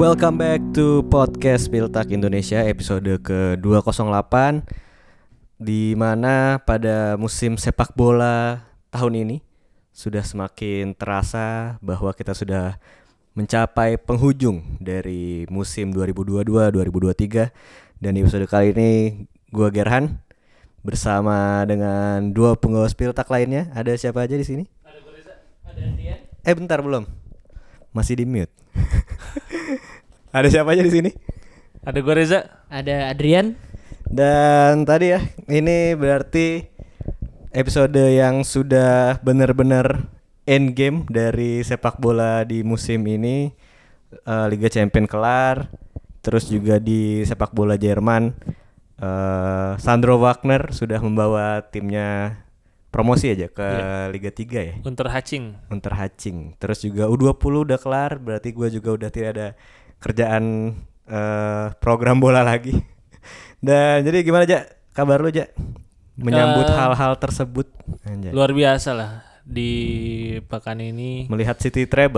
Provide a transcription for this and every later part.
Welcome back to podcast Piltak Indonesia episode ke-208, di mana pada musim sepak bola tahun ini sudah semakin terasa bahwa kita sudah mencapai penghujung dari musim 2022-2023. Dan di episode kali ini gue Gerhan bersama dengan dua penggawa Piltak lainnya. Ada siapa aja di sini? Ada Reza, ada Adrian. Bentar belum. Masih di mute. Ada siapa aja di sini? Ada gue Reza, ada Adrian. Dan tadi ya, ini berarti episode yang sudah benar-benar end game dari sepak bola di musim ini. Liga Champions kelar, terus juga di sepak bola Jerman, Sandro Wagner sudah membawa timnya promosi aja ke Liga 3 ya. Unterhaching. Terus juga U20 udah kelar, berarti gue juga udah tidak ada kerjaan program bola lagi. Dan jadi gimana aja kabar lu aja menyambut hal-hal tersebut? Anjay. Luar biasa lah di pekan ini Melihat City treble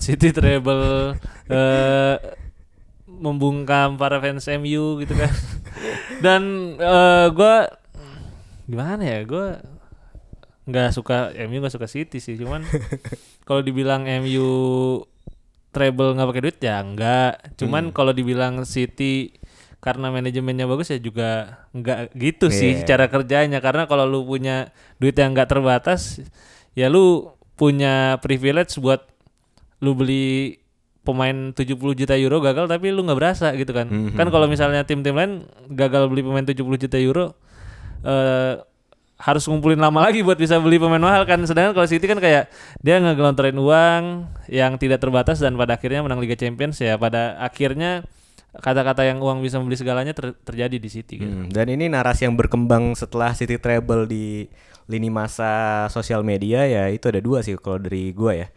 membungkam para fans MU gitu kan. Dan gue gimana ya, gue nggak suka MU, nggak suka City sih. Cuman kalau dibilang MU treble nggak pakai duit ya enggak. Cuman kalau dibilang City karena manajemennya bagus ya juga enggak gitu sih cara kerjanya. Karena kalau lu punya duit yang nggak terbatas, ya lu punya privilege buat lu beli pemain 70 juta euro gagal tapi lu nggak berasa gitu kan. Kan kalau misalnya tim-tim lain gagal beli pemain 70 juta euro harus ngumpulin lama lagi buat bisa beli pemain mahal kan. Sedangkan kalau City kan kayak dia ngegelontorin uang yang tidak terbatas dan pada akhirnya menang Liga Champions. Ya pada akhirnya kata-kata yang uang bisa membeli segalanya terjadi di City gitu. Dan ini narasi yang berkembang setelah City treble di lini masa sosial media, ya itu ada dua sih kalau dari gua ya.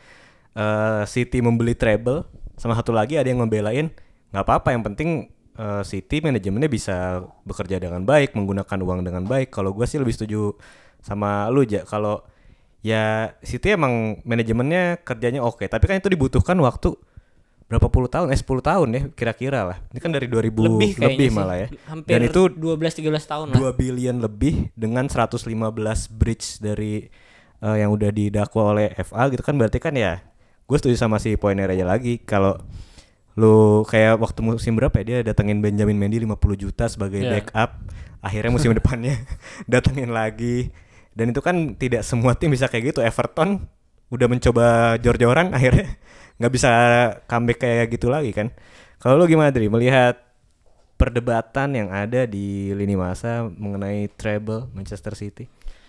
City membeli treble, sama satu lagi ada yang membelain nggak apa-apa, yang penting City manajemennya bisa bekerja dengan baik, menggunakan uang dengan baik. Kalau gue sih lebih setuju sama lu aja. Kalau ya City emang manajemennya kerjanya oke, tapi kan itu dibutuhkan waktu berapa puluh tahun, 10 tahun ya kira-kira lah. Ini kan dari 2000 lebih malah ya. Hampir. Dan itu 12-13 tahun lah. 2 billion lebih dengan 115 bridge dari yang udah didakwa oleh FA gitu kan. Berarti kan ya gue setuju sama si Poiner aja lagi. Kalau lu kayak waktu musim berapa ya dia datengin Benjamin Mendy 50 juta sebagai backup, akhirnya musim depannya datengin lagi. Dan itu kan tidak semua tim bisa kayak gitu. Everton udah mencoba jor-joran, akhirnya nggak bisa comeback kayak gitu lagi kan. Kalau lu gimana Dri melihat perdebatan yang ada di lini masa mengenai treble Manchester City?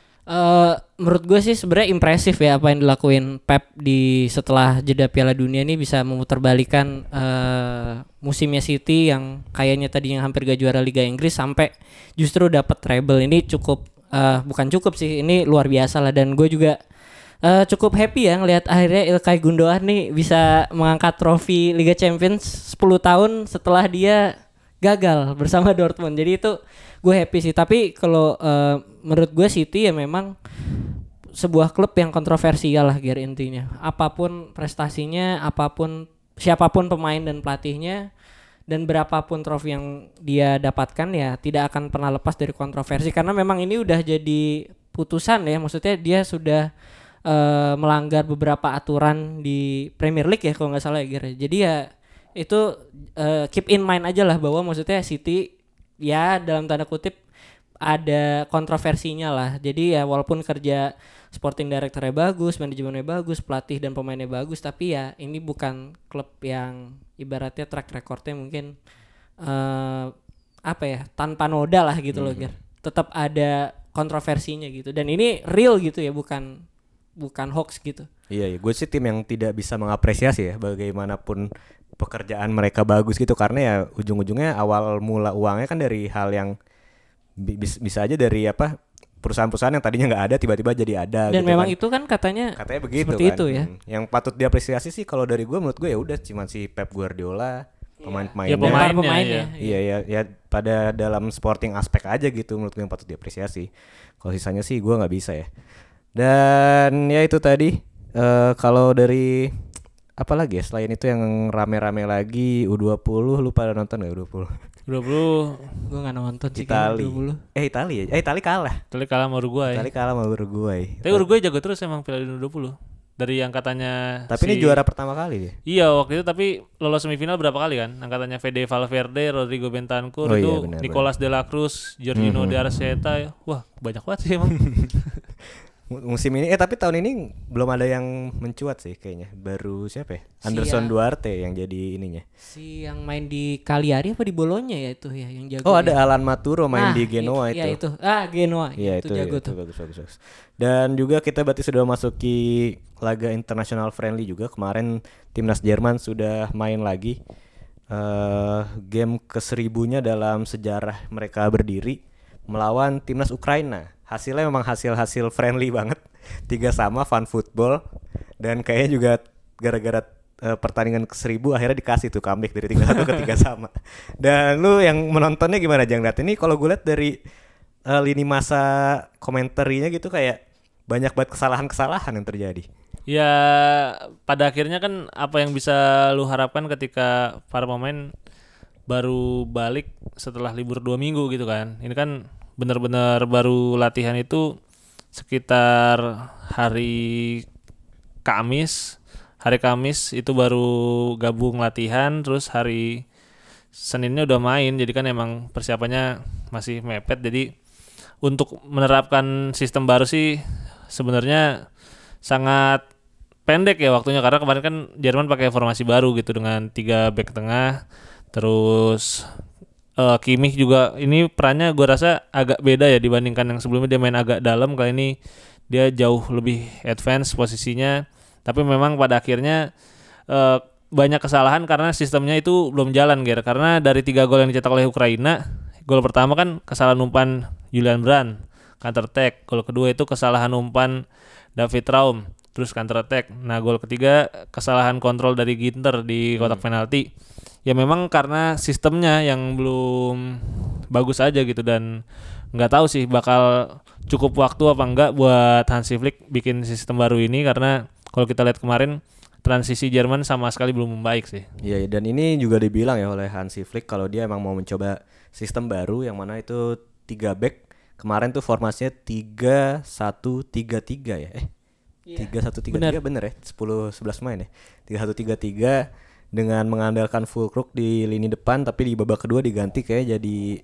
Menurut gue sih sebenarnya impresif ya apa yang dilakuin Pep di setelah jeda Piala Dunia ini, bisa memutarbalikan musimnya City yang kayaknya tadinya hampir gak juara Liga Inggris sampai justru dapat treble. Ini cukup bukan cukup sih, ini luar biasa lah. Dan gue juga cukup happy ya ngelihat akhirnya Ilkay Gundogan nih bisa mengangkat trofi Liga Champions 10 tahun setelah dia gagal bersama Dortmund. Jadi itu gue happy sih. Tapi kalau menurut gue City ya memang sebuah klub yang kontroversial lah Gear, intinya. Apapun prestasinya, apapun siapapun pemain dan pelatihnya, dan berapapun trofi yang dia dapatkan ya tidak akan pernah lepas dari kontroversi. Karena memang ini udah jadi putusan ya. Maksudnya dia sudah melanggar beberapa aturan di Premier League ya kalau nggak salah ya Gear. Jadi ya itu keep in mind aja lah bahwa maksudnya City ya dalam tanda kutip ada kontroversinya lah. Jadi ya walaupun kerja sporting directornya bagus, manajemennya bagus, pelatih dan pemainnya bagus, tapi ya ini bukan klub yang ibaratnya track recordnya mungkin apa ya, tanpa noda lah gitu loh Ger. Tetap ada kontroversinya gitu. Dan ini real gitu ya, bukan hoax gitu. Iya, gue sih tim yang tidak bisa mengapresiasi ya bagaimanapun pekerjaan mereka bagus gitu, karena ya ujung-ujungnya awal mula uangnya kan dari hal yang bisa aja dari apa, perusahaan-perusahaan yang tadinya nggak ada tiba-tiba jadi ada. Dan gitu memang kan. Itu kan katanya begitu seperti kan. itu ya. Yang patut diapresiasi sih kalau dari gue, menurut gue ya udah cuma si Pep Guardiola, pemain-pemainnya. Ya, pemainnya. Iya, pada dalam sporting aspek aja gitu menurut gue yang patut diapresiasi. Kalau sisanya sih gue nggak bisa ya. Dan ya itu tadi kalau dari apalagi ya selain itu yang rame-rame lagi U20, lu pada nonton gak U20? 20 Gue nggak nonton sih Itali. kayaknya 20. Itali ya? Itali kalah. kali kalah sama Uruguay. Itali kalah sama Uruguay. Tapi Uruguay jago terus emang Piala Dunia 20. Dari yang katanya Tapi ini juara pertama kali dia. Iya waktu itu, tapi lolos semifinal berapa kali kan? Angkatannya Fede Valverde, Rodrigo Bentancur, Oh itu iya, benar, Nicolas de la Cruz, Jorginho de Arceta. Wah banyak banget sih emang. Musim ini tapi tahun ini belum ada yang mencuat sih kayaknya. Baru siapa ya? Anderson Sia. Duarte yang jadi ininya. Si yang main di Cagliari apa di Bologna ya itu ya yang jago. Oh, ya? ada Alan Maturo main di Genoa Iya itu. itu. Genoa. Iya itu jago tuh. bagus. Dan juga kita berarti sudah masuki laga international friendly juga. Kemarin timnas Jerman sudah main lagi. Game ke-1000-nya dalam sejarah mereka berdiri melawan timnas Ukraina. Hasilnya memang hasil friendly banget. 3-3 fun football. Dan kayaknya juga gara-gara pertandingan ke-1000 akhirnya dikasih tuh comeback dari 3-1 ke 3-3. Dan lu yang menontonnya gimana Jang? Lihat ini kalau gue lihat dari lini masa komentarnya gitu kayak banyak banget kesalahan-kesalahan yang terjadi. Ya pada akhirnya kan apa yang bisa lu harapkan ketika para pemain baru balik setelah libur 2 minggu gitu kan. Ini kan benar-benar baru latihan itu sekitar hari Kamis. Hari Kamis itu baru gabung latihan, terus hari Seninnya udah main. Jadi kan emang persiapannya masih mepet. Jadi untuk menerapkan sistem baru sih sebenarnya sangat pendek ya waktunya, karena kemarin kan Jerman pakai formasi baru gitu dengan 3 back tengah. Terus Kimmich juga ini perannya gue rasa agak beda ya dibandingkan yang sebelumnya, dia main agak dalam, kali ini dia jauh lebih advance posisinya. Tapi memang pada akhirnya banyak kesalahan karena sistemnya itu belum jalan Ger. Karena dari 3 gol yang dicetak oleh Ukraina, gol pertama kan kesalahan umpan Julian Brandt, counter attack. Gol kedua itu kesalahan umpan David Raum, terus counter attack. Nah gol ketiga kesalahan kontrol dari Ginter di kotak penalti. Ya memang karena sistemnya yang belum bagus aja gitu, dan nggak tahu sih bakal cukup waktu apa enggak buat Hansi Flick bikin sistem baru ini, karena kalau kita lihat kemarin transisi Jerman sama sekali belum membaik sih. Iya, dan ini juga dibilang ya oleh Hansi Flick kalau dia emang mau mencoba sistem baru yang mana itu 3 back. Kemarin tuh formasinya 3-1-3-3 ya. 3-1-3-3 bener ya? 10-11 main ya. 3-1-3-3 dengan mengandalkan Füllkrug di lini depan, tapi di babak kedua diganti kayak jadi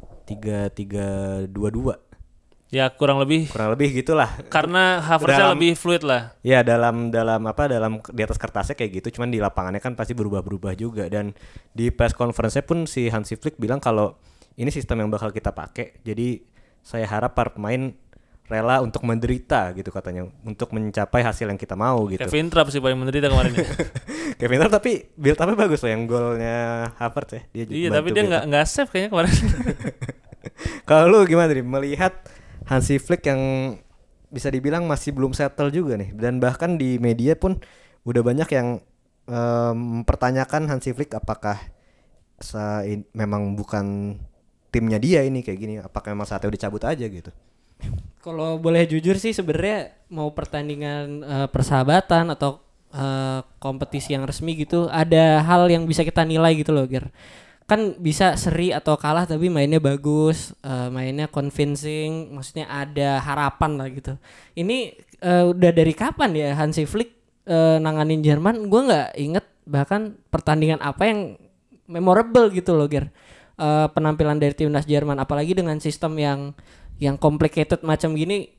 3-3-2-2. Ya kurang lebih gitulah. karena Havertznya lebih fluid lah. Ya dalam di atas kertasnya kayak gitu, cuman di lapangannya kan pasti berubah-berubah juga. Dan di press conference-nya pun si Hansi Flick bilang kalau ini sistem yang bakal kita pakai. Jadi saya harap para pemain rela untuk menderita gitu katanya untuk mencapai hasil yang kita mau gitu. Kevin Trapp sih paling menderita kemarin. Kevin Trapp tapi build up-nya bagus loh yang golnya Havertz ya. Dia Iya tapi dia nggak save kayaknya kemarin. Kalau lu gimana nih melihat Hansi Flick yang bisa dibilang masih belum settle juga nih, dan bahkan di media pun udah banyak yang mempertanyakan Hansi Flick apakah memang bukan timnya dia ini kayak gini, apakah memang saatnya udah cabut aja gitu. Kalau boleh jujur sih sebenarnya mau pertandingan persahabatan atau kompetisi yang resmi gitu, ada hal yang bisa kita nilai gitu loh Ger. Kan bisa seri atau kalah tapi mainnya bagus, mainnya convincing, maksudnya ada harapan lah gitu. Ini udah dari kapan ya Hansi Flick nanganin Jerman? Gue nggak inget bahkan pertandingan apa yang memorable gitu loh Ger. Penampilan dari timnas Jerman, apalagi dengan sistem yang complicated macam gini,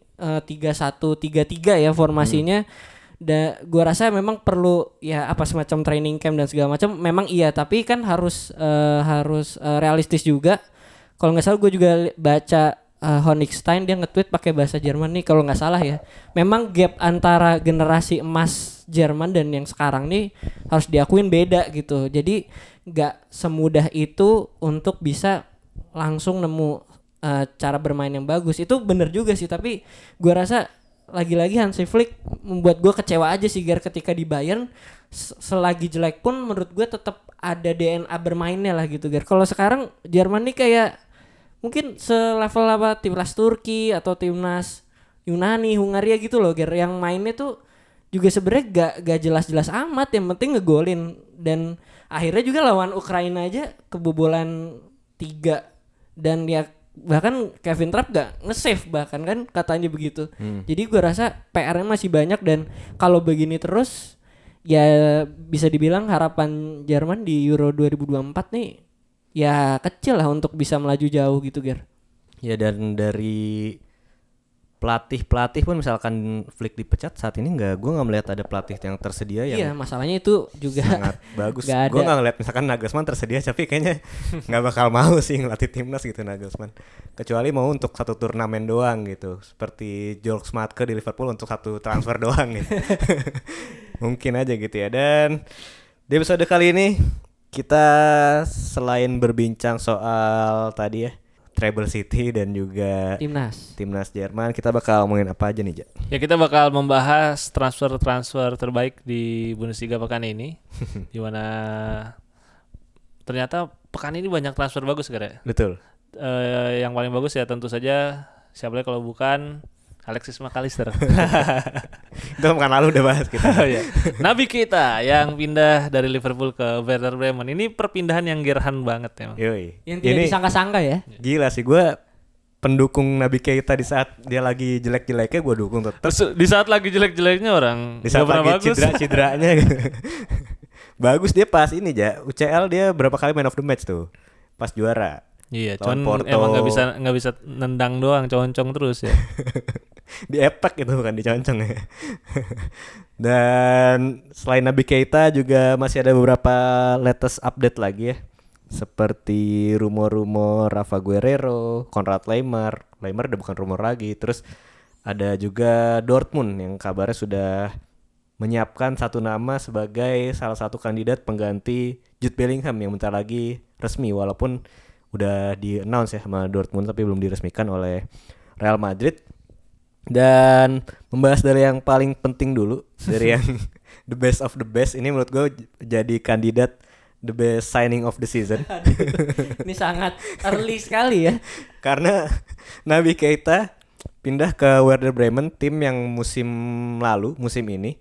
3-1-3-3 ya formasinya. Gua rasa memang perlu ya apa semacam training camp dan segala macam. Memang iya, tapi kan harus realistis juga. Kalau nggak salah gue juga baca Honigstein dia nge-tweet pakai bahasa Jerman nih kalau nggak salah ya. Memang gap antara generasi emas Jerman dan yang sekarang nih harus diakuin beda gitu. Jadi nggak semudah itu untuk bisa langsung nemu cara bermain yang bagus. Itu bener juga sih, tapi gue rasa lagi-lagi Hansi Flick membuat gue kecewa aja sih Gar, ketika di Bayern selagi jelek pun menurut gue tetap ada DNA bermainnya lah gitu Gar. Kalau sekarang Jerman nih kayak mungkin selevel apa timnas Turki atau timnas Yunani, Hungaria gitu loh Gar, yang mainnya tuh juga sebenarnya gak jelas-jelas amat, yang penting ngegolin. Dan akhirnya juga lawan Ukraina aja kebobolan 3 dan ya bahkan Kevin Trapp gak nge-save bahkan kan katanya begitu. Jadi gue rasa PR-nya masih banyak, dan kalau begini terus ya bisa dibilang harapan Jerman di Euro 2024 nih ya kecil lah untuk bisa melaju jauh gitu, Ger. Ya, dan dari pelatih pun misalkan Flick dipecat saat ini gue nggak melihat ada pelatih yang tersedia yang Iya, masalahnya itu juga sangat bagus. gak Gue ada. nggak ngeliat misalkan Nagelsmann tersedia, tapi kayaknya nggak bakal mau sih ngelatih timnas gitu Nagelsmann, kecuali mau untuk satu turnamen doang gitu, seperti Jörg Schmatke di Liverpool untuk satu transfer doang gitu. Mungkin aja gitu ya. Dan di episode kali ini kita selain berbincang soal tadi ya Treble City dan juga timnas Jerman, kita bakal ngomongin apa aja nih, Ja? Ya, kita bakal membahas transfer terbaik di Bundesliga pekan ini. Di mana ternyata pekan ini banyak transfer bagus, Gara. Betul. Yang paling bagus ya tentu saja siapa lagi kalau bukan Alexis McAllister. Itu pekan lalu udah bahas kita. Oh, iya. Naby Keita yang pindah dari Liverpool ke Werder Bremen. Ini perpindahan yang gerhan banget ya. Yoi. Yang tidak disangka-sangka ya. Gila sih, gue pendukung Naby Keita di saat dia lagi jelek-jeleknya gue dukung tetap. Terus di saat lagi jelek-jeleknya orang Di saat nggak pernah lagi cedera-cederanya gitu. Bagus dia pas ini, Ja. UCL dia berapa kali man of the match tuh pas juara. Iya, Lawan cuman Porto. emang nggak bisa nendang doang, concong terus ya. Di epek itu bukan diconcong ya. Dan selain Naby Keita juga masih ada beberapa latest update lagi ya, seperti rumor-rumor Rafa Guerrero, Konrad Laimer udah bukan rumor lagi. Terus ada juga Dortmund yang kabarnya sudah menyiapkan satu nama sebagai salah satu kandidat pengganti Jude Bellingham yang bentar lagi resmi, walaupun udah di-announce ya sama Dortmund tapi belum diresmikan oleh Real Madrid. Dan membahas dari yang paling penting dulu, dari yang the best of the best, ini menurut gue jadi kandidat the best signing of the season. Ini sangat early sekali ya. Karena Naby Keita pindah ke Werder Bremen, tim yang musim ini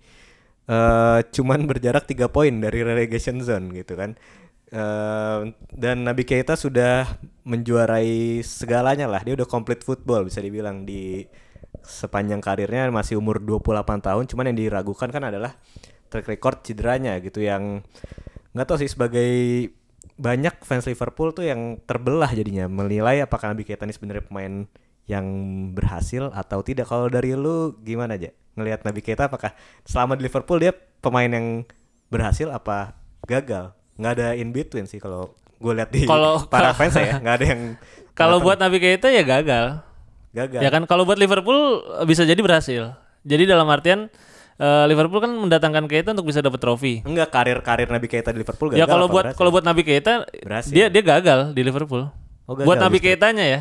cuman berjarak 3 poin dari relegation zone gitu kan. Dan Naby Keita sudah menjuarai segalanya lah. Dia udah complete football bisa dibilang di sepanjang karirnya, masih umur 28 tahun. Cuman yang diragukan kan adalah track record cederanya gitu, yang nggak tahu sih, sebagai banyak fans Liverpool tuh yang terbelah jadinya menilai apakah Naby Keita ini sebenarnya pemain yang berhasil atau tidak. Kalau dari lu gimana aja ngelihat Naby Keita, apakah selama di Liverpool dia pemain yang berhasil apa gagal? Nggak ada in between sih kalau gue lihat di para fans ya, nggak ada yang. Kalau buat Naby Keita ya gagal. Ya kan, kalau buat Liverpool bisa jadi berhasil. Jadi dalam artian Liverpool kan mendatangkan Keita untuk bisa dapat trofi. Enggak, karir Naby Keita di Liverpool gagal. Ya kalau buat Naby Keita berhasil. dia gagal di Liverpool. Buat Naby Keitanya ya.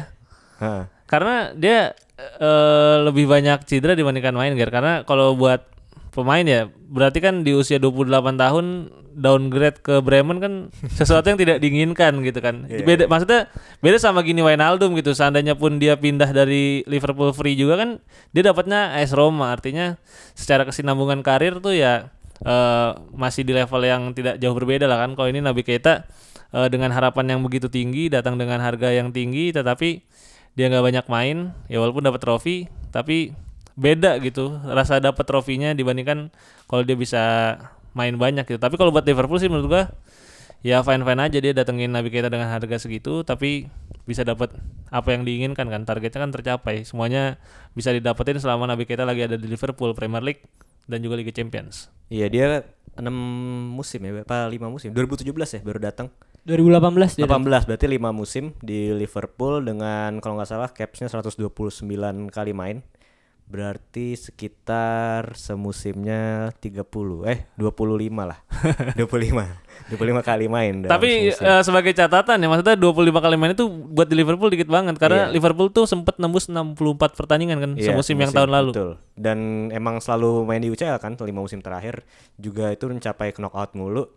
Karena dia lebih banyak cedera dibandingkan main, karena kalau buat pemain ya berarti kan di usia 28 tahun downgrade ke Bremen kan sesuatu yang tidak diinginkan gitu kan. Maksudnya beda sama gini Wijnaldum gitu. Seandainya pun dia pindah dari Liverpool free juga kan dia dapatnya AS Roma. Artinya secara kesinambungan karir tuh ya masih di level yang tidak jauh berbeda lah kan. Kalau ini Naby Keita dengan harapan yang begitu tinggi, datang dengan harga yang tinggi, tetapi dia nggak banyak main. Ya walaupun dapat trofi, tapi beda gitu rasa dapat trofinya dibandingkan kalau dia bisa main banyak gitu. Tapi kalau buat Liverpool sih menurut gua ya fine aja dia datengin Naby Keita dengan harga segitu, tapi bisa dapat apa yang diinginkan kan, targetnya kan tercapai, semuanya bisa didapetin selama Naby Keita lagi ada di Liverpool, Premier League dan juga Liga Champions. Iya, dia 6 musim ya, apa 5 musim, 2017 ya baru datang. 2018 dia 18 berarti 5 musim di Liverpool dengan kalau nggak salah capsnya 129 kali main. Berarti sekitar semusimnya 25 lah. 25 kali main. Tapi sebagai catatan ya, maksudnya 25 kali main itu buat di Liverpool dikit banget. Karena Liverpool tuh sempat nembus 64 pertandingan kan semusim yang tahun lalu. Betul. Dan emang selalu main di UCL kan 5 musim terakhir. Juga itu mencapai knockout mulu.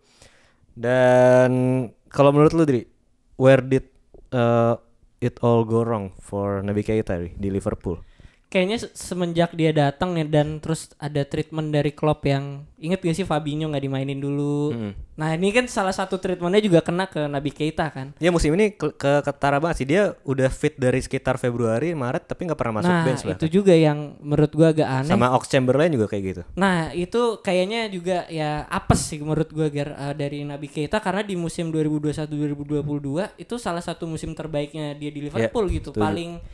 Dan kalau menurut lu Dri, where did it all go wrong for Naby Keita di Liverpool? kayaknya semenjak dia datang nih dan terus ada treatment dari Klopp yang inget gak sih Fabinho nggak dimainin dulu. Nah ini kan salah satu treatmentnya juga kena ke Naby Keita kan. Ya musim ini ketara banget sih, dia udah fit dari sekitar Februari Maret tapi nggak pernah masuk Nah bench itu bahkan. juga yang menurut gua agak aneh. Sama Oxlade-Chamberlain juga kayak gitu. Nah itu kayaknya juga ya apes sih menurut gue dari Naby Keita karena di musim 2021-2022 itu salah satu musim terbaiknya dia di Liverpool gitu, setuju.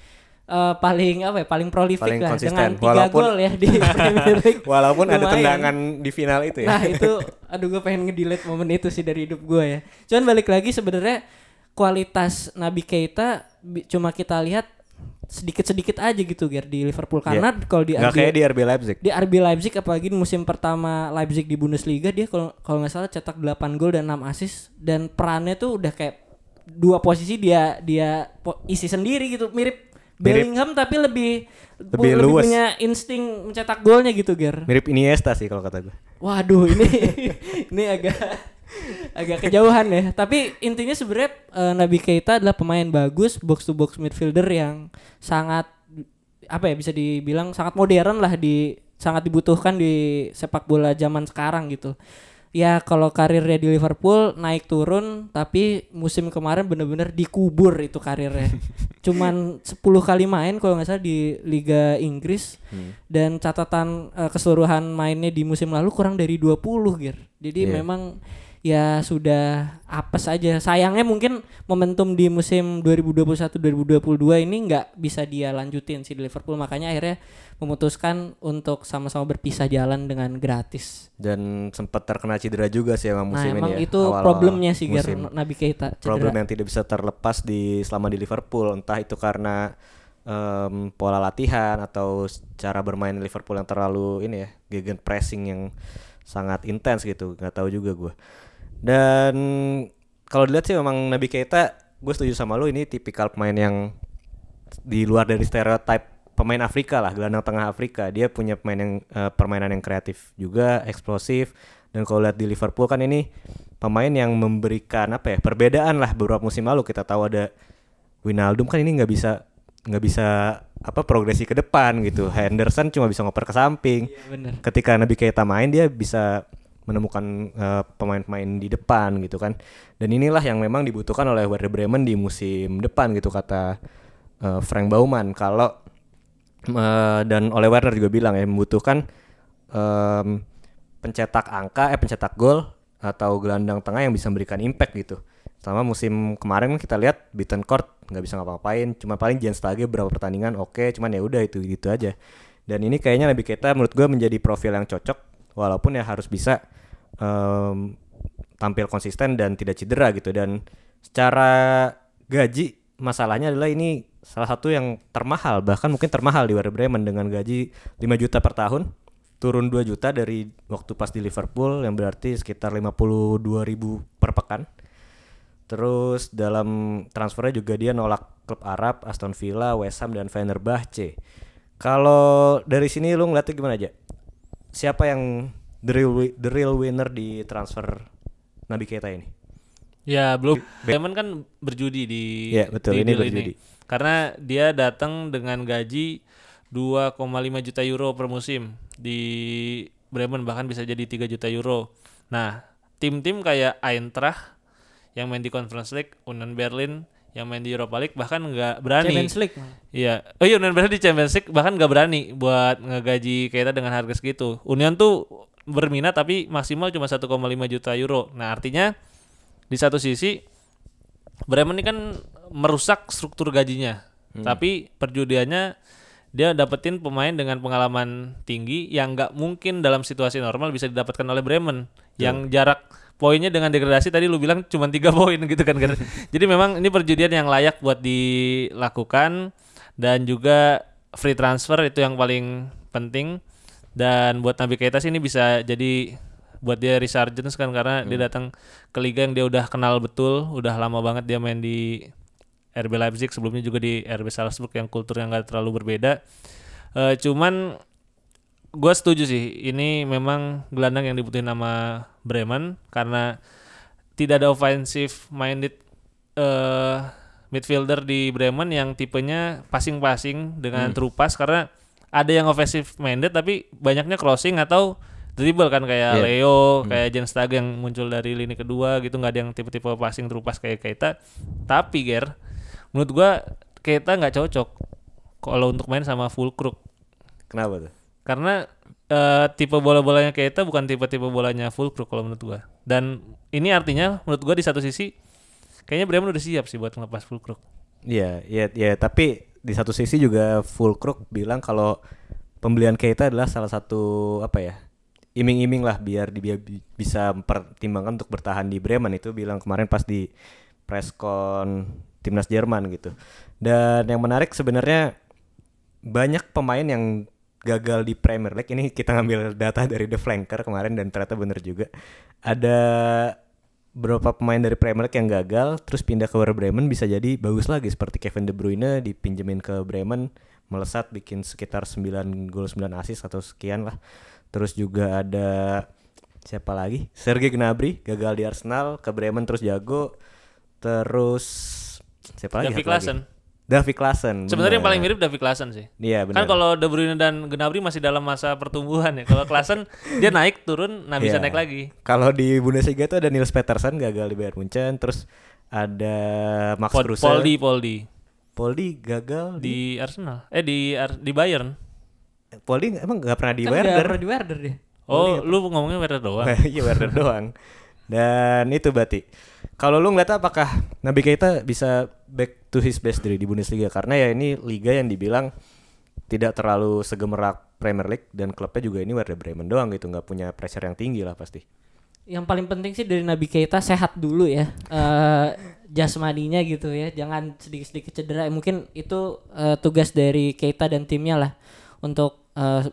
paling apa ya, paling prolific Paling lah konsisten. dengan 3 gol ya di Premier League. Walaupun ada Lumayan. tendangan di final itu ya. Nah itu aduh gue pengen nge-delete momen itu sih dari hidup gue ya. Cuman balik lagi sebenarnya kualitas Naby Keita cuma kita lihat sedikit-sedikit aja gitu Ger di Liverpool karena kalau di Nggak kayak di RB Leipzig. di RB Leipzig apalagi di musim pertama Leipzig di Bundesliga dia kalau nggak salah cetak 8 gol dan 6 assist dan perannya tuh udah kayak dua posisi dia isi sendiri gitu mirip Bellingham tapi lebih luas. punya insting mencetak golnya gitu Ger. Mirip Iniesta sih kalau kata gue. Waduh ini agak kejauhan ya. Tapi intinya sebenarnya Naby Keita adalah pemain bagus box to box midfielder yang sangat apa ya bisa dibilang sangat modern lah sangat dibutuhkan di sepak bola zaman sekarang gitu. Ya kalau karirnya di Liverpool naik turun tapi musim kemarin bener-bener dikubur itu karirnya. Cuman 10 kali main kalau nggak salah di Liga Inggris dan catatan keseluruhan mainnya di musim lalu kurang dari 20 Gir. Jadi memang ya sudah apes aja. Sayangnya mungkin momentum di musim 2021-2022 ini nggak bisa dia lanjutin sih di Liverpool, makanya akhirnya memutuskan untuk sama-sama berpisah jalan dengan gratis. Dan sempat terkena cedera juga sih emang musim ini emang ya. itu Awal-awal problemnya sih musim. Naby Keita cedera. Problem yang tidak bisa terlepas selama di Liverpool, entah itu karena pola latihan atau cara bermain Liverpool yang terlalu ini ya, gegen pressing yang sangat intens gitu, nggak tahu juga gue. Dan kalau dilihat sih memang Naby Keita, gue setuju sama lu, ini tipikal pemain yang di luar dari stereotip pemain Afrika lah, gelandang tengah Afrika. Dia punya permainan yang kreatif juga, eksplosif. Dan kalau lihat di Liverpool kan ini pemain yang memberikan apa ya, perbedaan lah beberapa musim lalu. Kita tahu ada Wijnaldum kan ini nggak bisa apa progresi ke depan gitu. Henderson cuma bisa ngoper ke samping. Iya, bener. Ketika Naby Keita main dia bisa menemukan pemain-pemain di depan gitu kan. Dan inilah yang memang dibutuhkan oleh Werder Bremen di musim depan gitu kata Frank Baumann. Kalau dan oleh Werner juga bilang ya membutuhkan pencetak gol atau gelandang tengah yang bisa memberikan impact gitu. Selama musim kemarin kita lihat Bittencourt nggak bisa ngapa-ngapain, cuma paling Jens Stage beberapa pertandingan oke, cuman ya udah itu gitu aja. Dan ini kayaknya Naby Keita menurut gue menjadi profil yang cocok, walaupun ya harus bisa tampil konsisten dan tidak cedera gitu. Dan secara gaji masalahnya adalah ini salah satu yang termahal, bahkan mungkin termahal di Werder Bremen dengan gaji 5 juta per tahun, turun 2 juta dari waktu pas di Liverpool yang berarti sekitar 52.000 per pekan. Terus dalam transfernya juga dia nolak klub Arab, Aston Villa, West Ham dan Fenerbahce. Kalau dari sini lu ngeliatnya gimana aja? Siapa yang the real winner di transfer Naby Keita ini? Ya belum. Bremen kan berjudi di Ya betul, ini deal berjudi. Karena dia datang dengan gaji 2,5 juta euro per musim di Bremen, bahkan bisa jadi 3 juta euro. Nah, tim-tim kayak Eintracht yang main di Conference League, Union Berlin yang main di Europa League bahkan nggak berani. Champions League. Iya. Oh iya, Union Berlin di Champions League bahkan nggak berani buat ngegaji Keita dengan harga segitu. Union tuh berminat tapi maksimal cuma 1,5 juta euro. Nah, artinya di satu sisi Bremen ini kan merusak struktur gajinya. Tapi perjudiannya dia dapetin pemain dengan pengalaman tinggi yang nggak mungkin dalam situasi normal bisa didapatkan oleh Bremen. Yang jarak poinnya dengan degradasi tadi lu bilang cuma 3 poin gitu kan. Jadi memang ini perjudian yang layak buat dilakukan, dan juga free transfer itu yang paling penting. Dan buat Naby Keita sih ini bisa jadi buat dia resurgence kan, karena dia datang ke liga yang dia udah kenal betul, udah lama banget dia main di RB Leipzig, sebelumnya juga di RB Salzburg yang kulturnya nggak terlalu berbeda. Cuman gue setuju sih, ini memang gelandang yang dibutuhin sama Bremen karena tidak ada offensive minded midfielder di Bremen yang tipenya passing-passing dengan true pass, karena ada yang offensive minded tapi banyaknya crossing atau dribble kan kayak Leo, kayak Jen Stag yang muncul dari lini kedua gitu, nggak ada yang tipe-tipe passing terupas kayak Keita. Tapi menurut gua Keita nggak cocok kalau untuk main sama Fulkrug. Kenapa tuh? Karena tipe bola-bolanya Keita bukan tipe-tipe bolanya Fulkrug kalau menurut gua. Dan ini artinya menurut gua di satu sisi kayaknya Bremen udah siap sih buat ngelepas Fulkrug. Iya, tapi di satu sisi juga Fulkrug bilang kalau pembelian Keita adalah salah satu iming-iming lah biar dia bisa mempertimbangkan untuk bertahan di Bremen, itu bilang kemarin pas di preskon timnas Jerman gitu. Dan yang menarik sebenarnya banyak pemain yang gagal di Premier League. Ini kita ngambil data dari The Flanker kemarin dan ternyata bener juga. Ada beberapa pemain dari Premier League yang gagal terus pindah ke Werder Bremen bisa jadi bagus lagi, seperti Kevin De Bruyne dipinjemin ke Bremen, melesat bikin sekitar 9 gol 9 assist atau sekian lah. Terus juga ada siapa lagi? Serge Gnabry gagal di Arsenal ke Bremen terus jago. Terus siapa lagi? Davy Klaassen. Sebenarnya yang paling mirip Davy Klaassen sih. Iya benar. Kan kalau De Bruyne dan Gnabry masih dalam masa pertumbuhan ya. Kalau Klaassen dia naik turun, bisa naik lagi. Kalau di Bundesliga itu ada Nils Petersen gagal di Bayern Munchen, terus ada Max Kruse. Poldi gagal di Arsenal. Di Bayern. Poldi emang nggak pernah di Kan Werder. nggak pernah di Werder dia. Oh, lu ngomongnya Werder doang. Iya Werder doang. Dan itu berarti kalau lu ngeliat apakah Naby Keita bisa back to his best di Bundesliga, karena ya ini liga yang dibilang tidak terlalu segemerak Premier League dan klubnya juga ini Werder Bremen doang gitu, nggak punya pressure yang tinggi lah pasti. Yang paling penting sih dari Naby Keita sehat dulu ya, jasmaninya gitu ya, jangan sedikit-sedikit cedera. Mungkin itu tugas dari Keita dan timnya lah untuk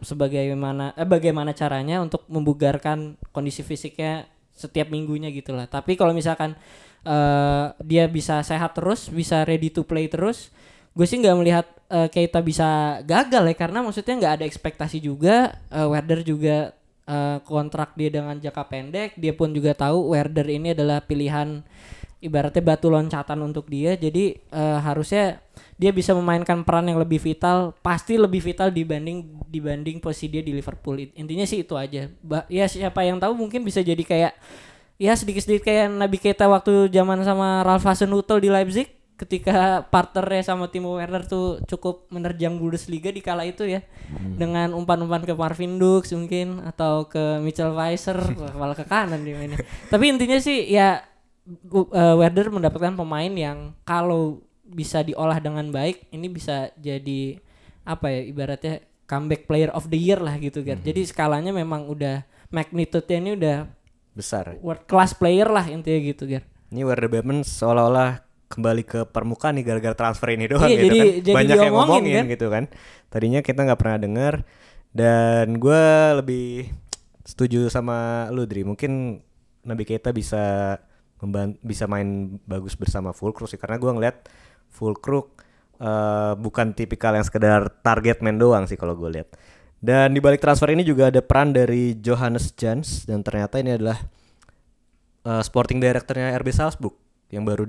bagaimana caranya untuk membugarkan kondisi fisiknya setiap minggunya gitulah. Tapi kalau misalkan dia bisa sehat terus, bisa ready to play terus, gue sih nggak melihat Keita bisa gagal ya, karena maksudnya nggak ada ekspektasi juga. Werder juga kontrak dia dengan jangka pendek, dia pun juga tahu Werder ini adalah pilihan ibaratnya batu loncatan untuk dia. Jadi harusnya dia bisa memainkan peran yang lebih vital, pasti lebih vital dibanding posisi dia di Liverpool. Intinya sih itu aja. Ya siapa yang tahu mungkin bisa jadi kayak ya sedikit-sedikit kayak Naby Keita waktu zaman sama Ralf Hasenhüttl di Leipzig, ketika partnernya sama Timo Werner tuh cukup menerjang Bundesliga di kala itu ya, dengan umpan-umpan ke Marvin Dux mungkin atau ke Mitchell Weiser, malah ke kanan dia mainnya. Tapi intinya sih ya Werder mendapatkan pemain yang kalau bisa diolah dengan baik ini bisa jadi ibaratnya comeback player of the year lah gitu kan. Jadi skalanya memang udah magnitude-nya ini udah besar, world class player lah intinya gitu kan. Ini Werder Bremen seolah-olah kembali ke permukaan nih gara-gara transfer ini doang gitu jadi kan. Banyak yang ngomongin kan? gitu kan. Tadinya kita nggak pernah dengar, dan gue lebih setuju sama lu Dri. Mungkin Naby Keita bisa main bagus bersama Fulkrug sih, karena gue ngeliat Fulkrug bukan tipikal yang sekedar target man doang sih kalau gue lihat. Dan di balik transfer ini juga ada peran dari Johannes Jans, dan ternyata ini adalah sporting directornya RB Salzburg yang baru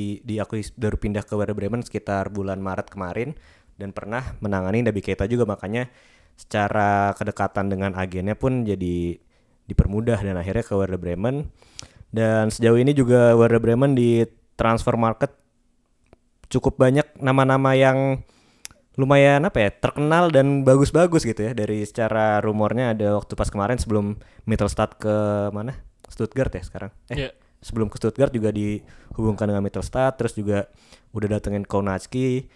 baru pindah ke Werder Bremen sekitar bulan Maret kemarin dan pernah menangani Naby Keita juga, makanya secara kedekatan dengan agennya pun jadi dipermudah dan akhirnya ke Werder Bremen. Dan sejauh ini juga Werder Bremen di transfer market cukup banyak nama-nama yang lumayan terkenal dan bagus-bagus gitu ya. Dari secara rumornya ada waktu pas kemarin sebelum Mittelstadt ke mana? Stuttgart ya sekarang. Sebelum ke Stuttgart juga dihubungkan dengan Mittelstadt, terus juga udah datengin Kownacki,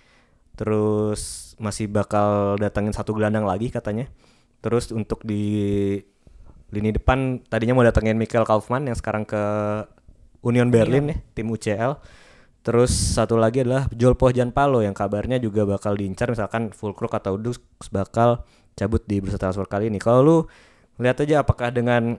terus masih bakal datengin satu gelandang lagi katanya. Terus untuk di lini depan tadinya mau datengin Michael Kaufmann yang sekarang ke Union Berlin ya, tim UCL. Terus satu lagi adalah Joel Pohjanpalo yang kabarnya juga bakal diincar misalkan Fulkrug atau Dux bakal cabut di bursa transfer kali ini. Kalau lu lihat aja apakah dengan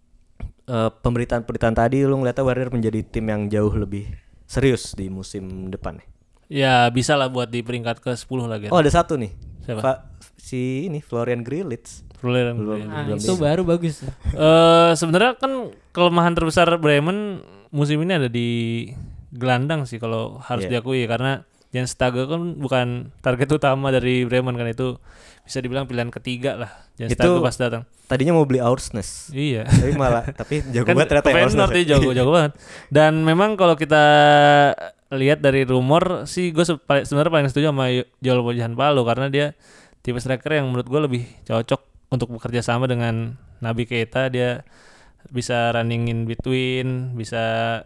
pemberitaan tadi lu ngeliatnya Werder menjadi tim yang jauh lebih serius di musim depan? Ya bisa lah buat di peringkat ke-10 lagi. Oh ada satu nih. Siapa? Si ini Florian Grillitz. Itu baru bagus. Sebenarnya kan kelemahan terbesar Bremen musim ini ada di gelandang sih kalau harus diakui, karena Jens Stage kan bukan target utama dari Bremen kan, itu bisa dibilang pilihan ketiga lah Jens Itu Stage pas datang. Tadinya mau beli Aursnes. Iya. Tapi malah jago Kan banget ternyata ya Feyenoord Aursnes. dia jago banget. Dan memang kalau kita lihat dari rumor sih, gue sebenarnya paling setuju sama Joel Mojianpalo karena dia tipe striker yang menurut gue lebih cocok untuk bekerja sama dengan Naby Keita. Dia bisa running in between, bisa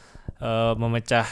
memecah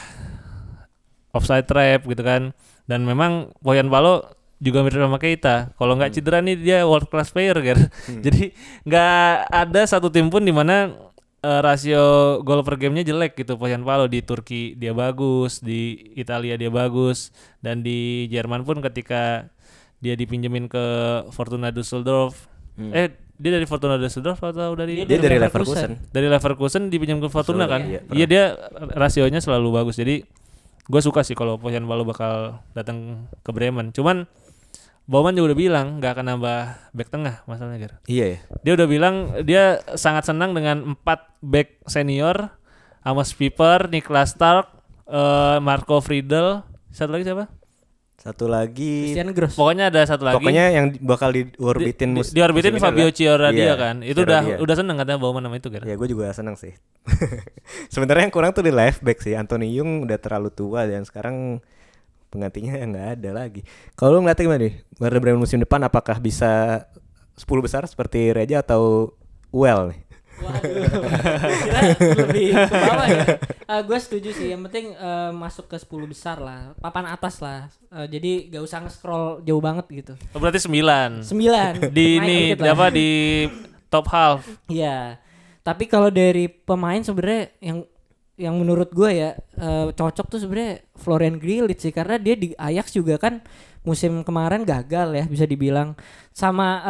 offside trap gitu kan. Dan memang Mojianpalo juga mirip sama Keita. Kalau nggak cedera nih dia world class player kan. Jadi nggak ada satu tim pun di mana rasio gol per gamenya jelek gitu. Mojianpalo di Turki dia bagus, di Italia dia bagus, dan di Jerman pun ketika dia dipinjemin ke Fortuna Düsseldorf. Dia dari Fortuna Düsseldorf atau dari Dia dari Leverkusen. Dari Leverkusen dipinjam ke Fortuna kan? Iya, Iya, dia rasionya selalu bagus. Jadi gue suka sih kalau Mojianpalo bakal datang ke Bremen. Cuman Bauman juga udah bilang nggak akan nambah back tengah masalahnya, Ger. Iya ya. Dia udah bilang dia sangat senang dengan 4 back senior, Amos Pieper, Niklas Stark, Marco Friedel, satu lagi siapa? Satu lagi. Christian Gross. Pokoknya ada satu lagi. Pokoknya yang bakal diorbitin diorbitin musim ini Fabio adalah- Chiaradia Iya, kan. Itu Chiaradia. udah seneng katanya Bauman nama itu, Ger. Ya gue juga seneng sih. Sebenarnya yang kurang tuh di left back sih. Anthony Yung udah terlalu tua dan sekarang penggantinya nggak ada lagi. Kalau lu ngeliatnya gimana nih? Werder Bremen musim depan apakah bisa 10 besar seperti Reja atau Well nih? Waduh, kira lebih ke bawah ya. Gue setuju sih. Yang penting masuk ke 10 besar lah, papan atas lah. Jadi gak usah nge-scroll jauh banget gitu. Oh, berarti 9. 9 Di ini naik dikit lah. apa di top half. Iya. Tapi kalau dari pemain sebenarnya yang menurut gue ya cocok tuh sebenarnya Florian Grillitsch sih, karena dia di Ajax juga kan musim kemarin gagal ya bisa dibilang, sama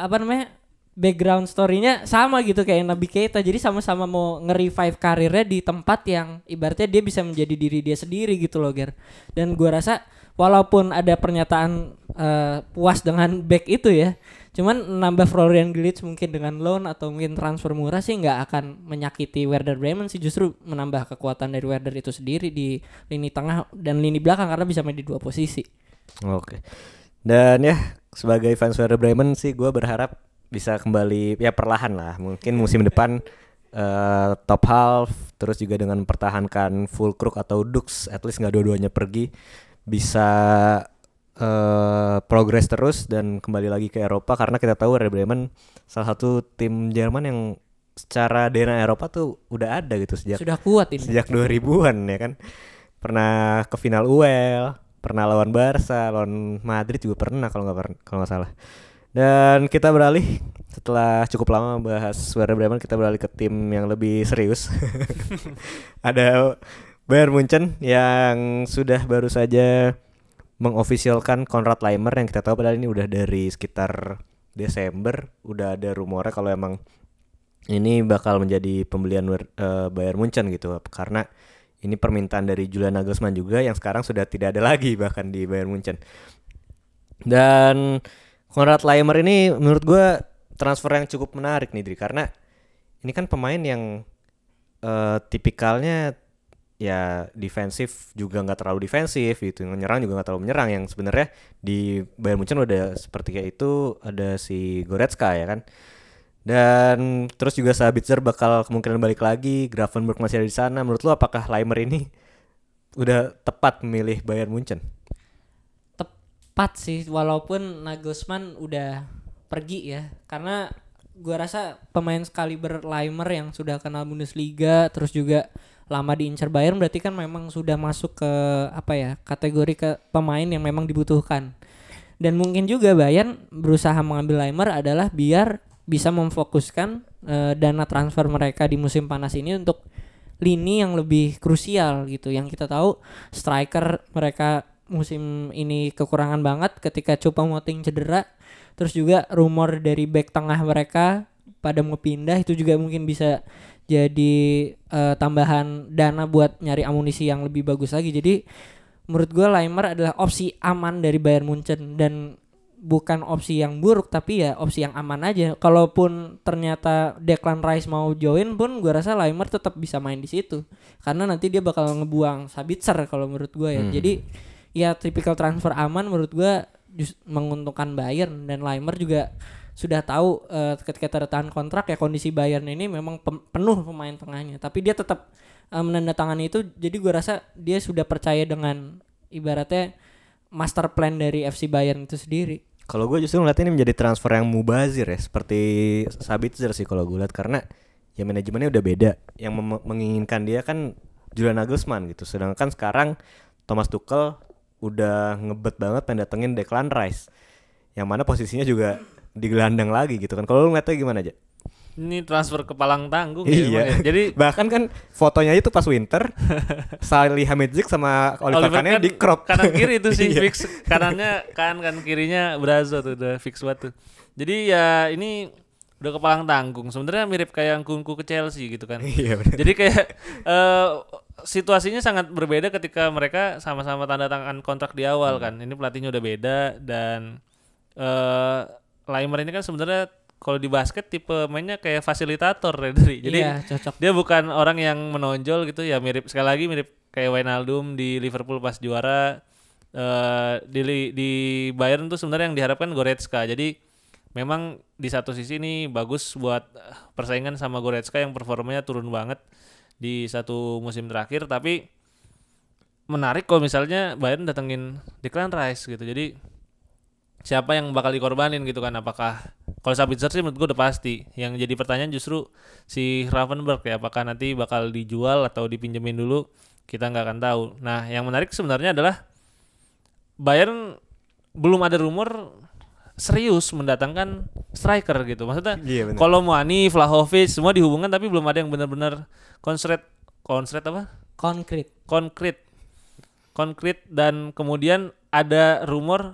background story-nya sama gitu kayak Naby Keita. Jadi sama-sama mau nge-revive karirnya di tempat yang ibaratnya dia bisa menjadi diri dia sendiri gitu loh, Ger. Dan gue rasa walaupun ada pernyataan puas dengan back itu ya, cuman nambah Florian Grillitsch mungkin dengan loan atau mungkin transfer murah sih nggak akan menyakiti Werder Bremen sih, justru menambah kekuatan dari Werder itu sendiri di lini tengah dan lini belakang karena bisa main di 2 posisi. Oke. Dan ya sebagai fans Werder Bremen sih gue berharap bisa kembali ya perlahan lah. Mungkin musim depan top half, terus juga dengan mempertahankan Füllkrug atau Dux, at least nggak dua-duanya pergi, bisa progress terus dan kembali lagi ke Eropa, karena kita tahu Werder Bremen salah satu tim Jerman yang secara DNA Eropa tuh udah ada gitu Sudah kuat ini. sejak 2000-an ya kan. Pernah ke final UEL, pernah lawan Barca, lawan Madrid juga pernah kalau nggak salah. Dan kita beralih setelah cukup lama bahas Werder Bremen, kita beralih ke tim yang lebih serius. Ada Bayern Munchen yang sudah baru saja mengofisialkan Konrad Laimer, yang kita tahu padahal ini udah dari sekitar Desember udah ada rumornya kalau emang ini bakal menjadi pembelian Bayern Munchen gitu, karena ini permintaan dari Julian Nagelsmann juga yang sekarang sudah tidak ada lagi bahkan di Bayern Munchen. Dan Konrad Laimer ini menurut gue transfer yang cukup menarik nih, Dri, karena ini kan pemain yang tipikalnya ya defensif juga nggak terlalu defensif gitu, menyerang juga nggak terlalu menyerang, yang sebenarnya di Bayern Munchen udah seperti kayak itu, ada si Goretzka ya kan. Dan terus juga Sabitzer bakal kemungkinan balik lagi, Gravenberch masih ada di sana. Menurut lu apakah Laimer ini udah tepat memilih Bayern Munchen? Tepat sih, walaupun Nagelsmann udah pergi ya, karena gua rasa pemain sekaliber Laimer yang sudah kenal Bundesliga terus juga lama diincar Bayern, berarti kan memang sudah masuk ke kategori ke pemain yang memang dibutuhkan. Dan mungkin juga Bayern berusaha mengambil Laimer adalah biar bisa memfokuskan dana transfer mereka di musim panas ini untuk lini yang lebih krusial gitu. Yang kita tahu striker mereka musim ini kekurangan banget ketika Choupo-Moting cedera. Terus juga rumor dari back tengah mereka pada mau pindah, itu juga mungkin bisa jadi tambahan dana buat nyari amunisi yang lebih bagus lagi. Jadi menurut gue Laimer adalah opsi aman dari Bayern Munchen, dan bukan opsi yang buruk tapi ya opsi yang aman aja. Kalaupun ternyata Declan Rice mau join pun gue rasa Laimer tetap bisa main di situ, karena nanti dia bakal ngebuang Sabitzer kalau menurut gue ya. Jadi ya tipikal transfer aman menurut gua menguntungkan Bayern, dan Laimer juga sudah tahu ketika tanda tangan kontrak ya kondisi Bayern ini memang penuh pemain tengahnya, tapi dia tetap menandatangani itu. Jadi gua rasa dia sudah percaya dengan ibaratnya master plan dari FC Bayern itu sendiri. Kalau gue justru ngeliat ini menjadi transfer yang mubazir ya, seperti Sabitzer sih kalau gue lihat, karena ya manajemennya udah beda. Yang menginginkan dia kan Julian Nagelsmann gitu, sedangkan sekarang Thomas Tuchel udah ngebet banget pengen datengin Declan Rice, yang mana posisinya juga di gelandang lagi gitu kan. Kalau lu ngeliatnya gimana aja? Ini transfer ke palang tanggung Iya. ya. Jadi bahkan kan fotonya itu pas winter Salihamidzic sama Oliver Kahn kan di crop kanan kiri itu sih Iya. fix, kanannya kan kirinya Brazo tuh udah fix banget tuh. Jadi ya ini udah ke palang tanggung. Sebenarnya mirip kayak Nkunku ke Chelsea gitu kan. Iya bener. Jadi kayak situasinya sangat berbeda ketika mereka sama-sama tanda tangan kontrak di awal kan. Ini pelatihnya udah beda, dan Laimer ini kan sebenarnya kalau di basket tipe mainnya kayak fasilitator ya, Jadi Iya, cocok. dia bukan orang yang menonjol gitu ya, mirip sekali lagi mirip kayak Wijnaldum di Liverpool pas juara. Di Bayern tuh sebenarnya yang diharapkan Goretzka. Jadi memang di satu sisi ini bagus buat persaingan sama Goretzka yang performanya turun banget di satu musim terakhir, tapi menarik kalau misalnya Bayern datengin Declan Rice gitu. Jadi siapa yang bakal dikorbanin gitu kan? Apakah kalau Sabitzer sih menurut gue udah pasti. Yang jadi pertanyaan justru si Gravenberch ya, apakah nanti bakal dijual atau dipinjemin dulu, kita nggak akan tahu. Nah, yang menarik sebenarnya adalah Bayern belum ada rumor serius mendatangkan striker gitu. Maksudnya Iya, bener. kalau Muani, Vlahovic semua dihubungkan, tapi belum ada yang benar-benar konkret apa? Konkret, dan kemudian ada rumor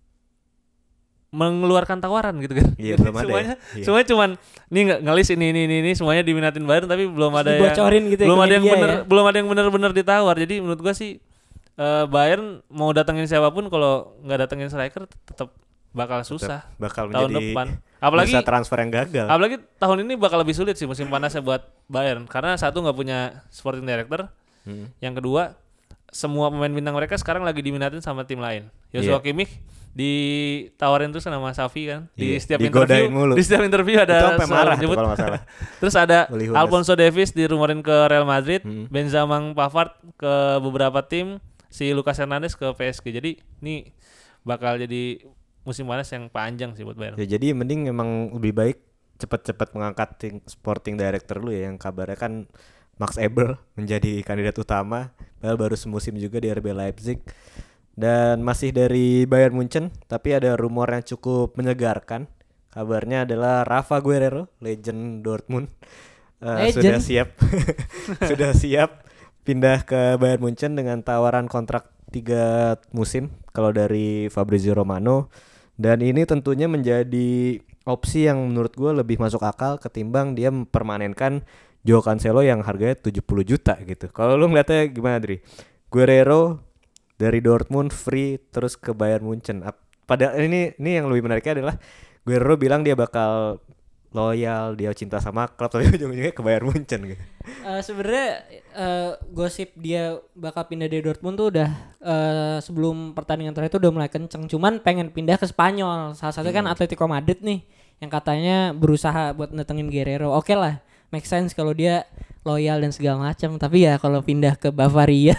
mengeluarkan tawaran gitu kan. Iya, belum ada Semuanya, ya. Iya. semuanya cuman ini ngelis ini semuanya diminatin Bayern, tapi belum ada Dibocorin yang gitu ya belum ke ada yang media bener ya. belum ada yang benar-benar ditawar. Jadi menurut gua sih Bayern mau datengin siapapun, kalau nggak datengin striker tetap bakal susah bakal tahun menjadi depan. Apalagi bursa transfer yang gagal. apalagi tahun ini bakal lebih sulit sih musim panasnya buat Bayern, karena satu nggak punya sporting director. Yang kedua, semua pemain bintang mereka sekarang lagi diminatin sama tim lain. Joshua Kimmich ditawarin terus sama Xavi kan. Di Iya, setiap digodain interview, mulu. di setiap interview Itu ada sampai soal marah tuh nyebut. kalau nggak salah. Terus ada Uli Hoeneß. Alphonso Davies dirumorin ke Real Madrid, Benzema Pavard ke beberapa tim, si Lucas Hernandez ke PSG. Jadi ini bakal jadi musim panas yang panjang sih buat Bayern. Ya, jadi mending emang lebih baik cepat-cepat mengangkat sporting director lu ya, yang kabarnya kan Max Eberl menjadi kandidat utama, padahal baru semusim juga di RB Leipzig. Dan masih dari Bayern Munchen, tapi ada rumor yang cukup menyegarkan. Kabarnya adalah Rafa Guerreiro, legend Dortmund, sudah siap sudah siap pindah ke Bayern Munchen dengan tawaran kontrak 3 musim kalau dari Fabrizio Romano. Dan ini tentunya menjadi opsi yang menurut gue lebih masuk akal ketimbang dia mempermanenkan Joao Cancelo yang harganya 70 juta gitu. Kalau lu ngeliatnya gimana, Dri? Guerreiro dari Dortmund free terus ke Bayern Munchen. Padahal ini yang lebih menariknya adalah Guerreiro bilang dia bakal loyal, dia cinta sama klub, tapi ujung-ujungnya ke Bayern Munchen gitu. Sebenarnya gosip dia bakal pindah dari Dortmund tuh udah sebelum pertandingan terakhir itu udah mulai kenceng. Cuman pengen pindah ke Spanyol. Salah satunya kan Atletico Madrid nih yang katanya berusaha buat datengin Guerreiro. Oke lah, make sense kalau dia loyal dan segala macam. Tapi ya kalau pindah ke Bavaria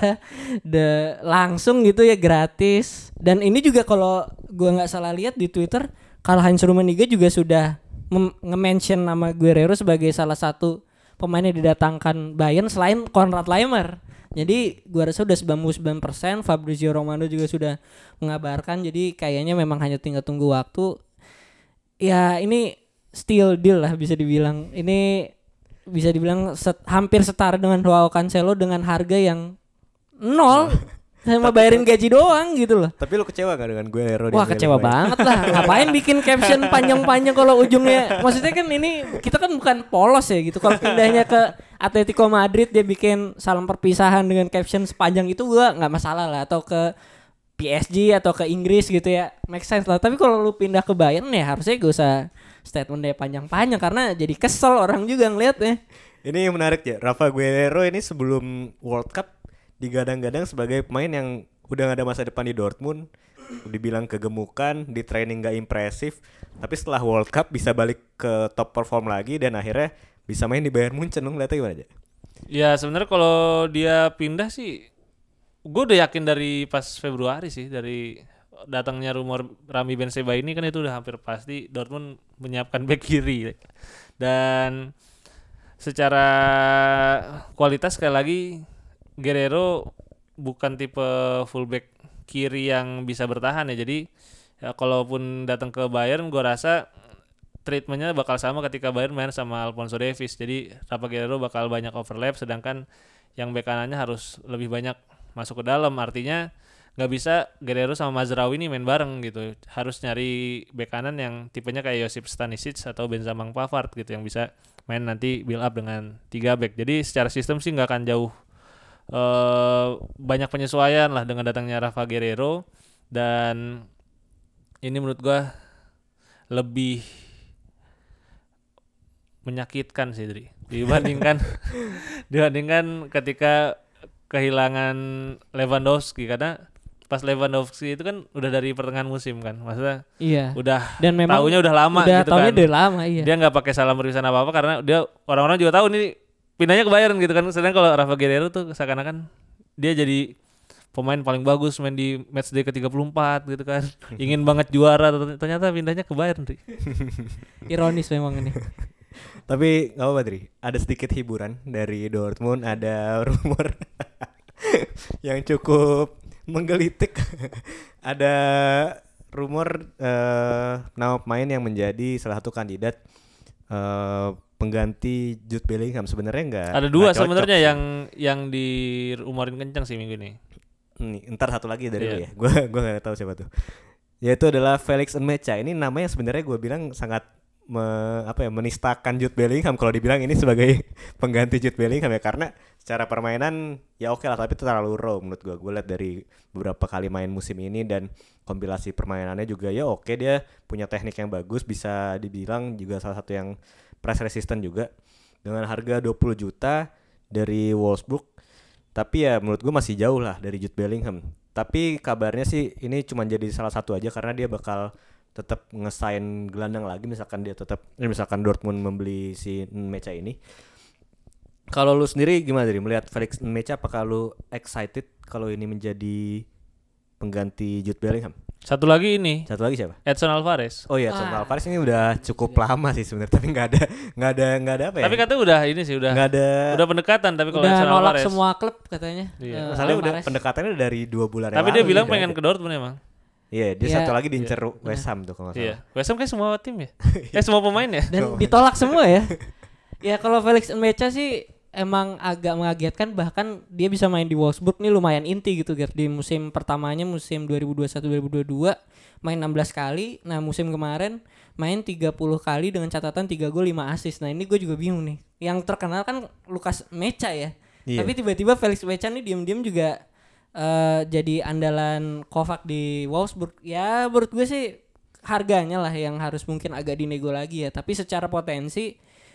langsung gitu ya gratis. Dan ini juga kalau gua nggak salah lihat di Twitter, Karl-Heinz Rummenigge juga sudah nge-mention nama Guerreiro sebagai salah satu pemain yang didatangkan Bayern selain Konrad Laimer. Jadi gua rasa udah 99%. Fabrizio Romano juga sudah mengabarkan. Jadi kayaknya memang hanya tinggal tunggu waktu. Ya ini steal deal lah bisa dibilang. Ini bisa dibilang hampir setara dengan Joao Cancelo dengan harga yang nol. Sama bayarin gaji doang gitu loh. Tapi lu kecewa gak dengan Guerreiro? Wah kecewa banget lah. Ngapain bikin caption panjang-panjang kalau ujungnya, maksudnya kan ini kita kan bukan polos ya gitu. Kalau pindahnya ke Atletico Madrid dia bikin salam perpisahan dengan caption sepanjang itu gua nggak masalah lah. Atau ke PSG atau ke Inggris gitu ya, make sense lah. Tapi kalau lu pindah ke Bayern ya harusnya gak usah statementnya panjang-panjang karena jadi kesel orang juga ngeliatnya. Ini yang menarik ya, Rafa Guerreiro ini sebelum World Cup digadang-gadang sebagai pemain yang udah gak ada masa depan di Dortmund, dibilang kegemukan, di training gak impresif, tapi setelah World Cup bisa balik ke top perform lagi dan akhirnya bisa main di Bayern Munchen. Lu ngeliatnya gimana aja? Ya sebenarnya kalau dia pindah sih, gue udah yakin dari pas Februari sih, dari datangnya rumor Rami Benzema ini kan itu udah hampir pasti Dortmund menyiapkan back kiri. Dan secara kualitas sekali lagi Guerrero bukan tipe fullback kiri yang bisa bertahan ya. Jadi ya kalaupun datang ke Bayern gue rasa treatmentnya bakal sama ketika Bayern main sama Alphonso Davies. Jadi Rafa Guerrero bakal banyak overlap, sedangkan yang bek kanannya harus lebih banyak masuk ke dalam. Artinya nggak bisa Guerrero sama Mazraoui ini main bareng gitu. Harus nyari bek kanan yang tipenya kayak Josip Stanisic atau Benzema Pavard gitu, yang bisa main nanti build up dengan 3 back. Jadi secara sistem sih nggak akan jauh banyak penyesuaian lah dengan datangnya Rafa Guerrero. Dan ini menurut gua lebih menyakitkan sih dibandingkan ketika kehilangan Lewandowski, karena pas Lewandowski itu kan udah dari pertengahan musim kan, maksudnya Iya. udah Dan memang taunya udah lama gitu taunya kan. udah lama, iya. Dia nggak pakai salam perpisahan apa karena dia orang-orang juga tahu nih pindahnya ke Bayern gitu kan. Sedangkan kalau Rafa Guerrero tuh seakan-akan dia jadi pemain paling bagus main di matchday ke-34 gitu kan. Ingin banget juara, ternyata pindahnya ke Bayern. Ironis memang ini. Tapi nggak apa-apa Dri, ada sedikit hiburan dari Dortmund, ada rumor yang cukup menggelitik. Ada rumor nama pemain yang menjadi salah satu kandidat pengganti Jude Bellingham. Sebenarnya nggak Ada dua nggak cocok sebenarnya sih. yang dirumorin kencang sih minggu ini. Nih, ntar satu lagi dari Iya. lu ya. Gua nggak tahu siapa tuh. Yaitu adalah Felix Nmecha. Ini namanya sebenarnya gue bilang sangat menistakan Jude Bellingham kalau dibilang ini sebagai pengganti Jude Bellingham ya, karena secara permainan ya oke lah, tapi itu terlalu raw menurut gue. Gue lihat dari beberapa kali main musim ini dan kompilasi permainannya juga ya oke, dia punya teknik yang bagus, bisa dibilang juga salah satu yang press resistant juga, dengan harga 20 juta dari Wolfsburg. Tapi ya menurut gue masih jauh lah dari Jude Bellingham. Tapi kabarnya sih ini cuma jadi salah satu aja, karena dia bakal tetap ngesign gelandang lagi misalkan Dortmund membeli si Nmecha ini. Kalau lu sendiri gimana dari melihat Felix Nmecha, apakah lu excited kalau ini menjadi pengganti Jude Bellingham? Satu lagi ini, Satu lagi siapa? Edson Alvarez. Oh iya, Edson Alvarez ini udah cukup lama sih sebenarnya, tapi nggak ada apa ya? Tapi katanya udah ini sih nggak ada. udah pendekatan, tapi kalau Udah Edson nolak Alvarez semua klub katanya. Iya. Masalahnya udah Alvarez. pendekatannya udah dari 2 bulan tapi yang dia lalu, bilang nggak pengen ada. ke Dortmund emang. Iya, dia Iya. satu lagi diincer West Ham tuh kalau nggak Iya. salah. West Ham kayak semua tim ya. Semua pemain ya. Dan ditolak semua ya. Ya kalau Felix Nmecha sih emang agak mengagetkan, bahkan dia bisa main di Wolfsburg nih lumayan inti gitu Gert. Di musim pertamanya, musim 2021-2022 main 16 kali. Nah musim kemarin main 30 kali dengan catatan 3 gol 5 assist. Nah ini gue juga bingung nih. Yang terkenal kan Lukas Mecha ya. Iya. Tapi tiba-tiba Felix Mecha nih diam-diam juga jadi andalan Kovac di Wolfsburg. Ya menurut gue sih harganya lah yang harus mungkin agak dinego lagi ya. Tapi secara potensi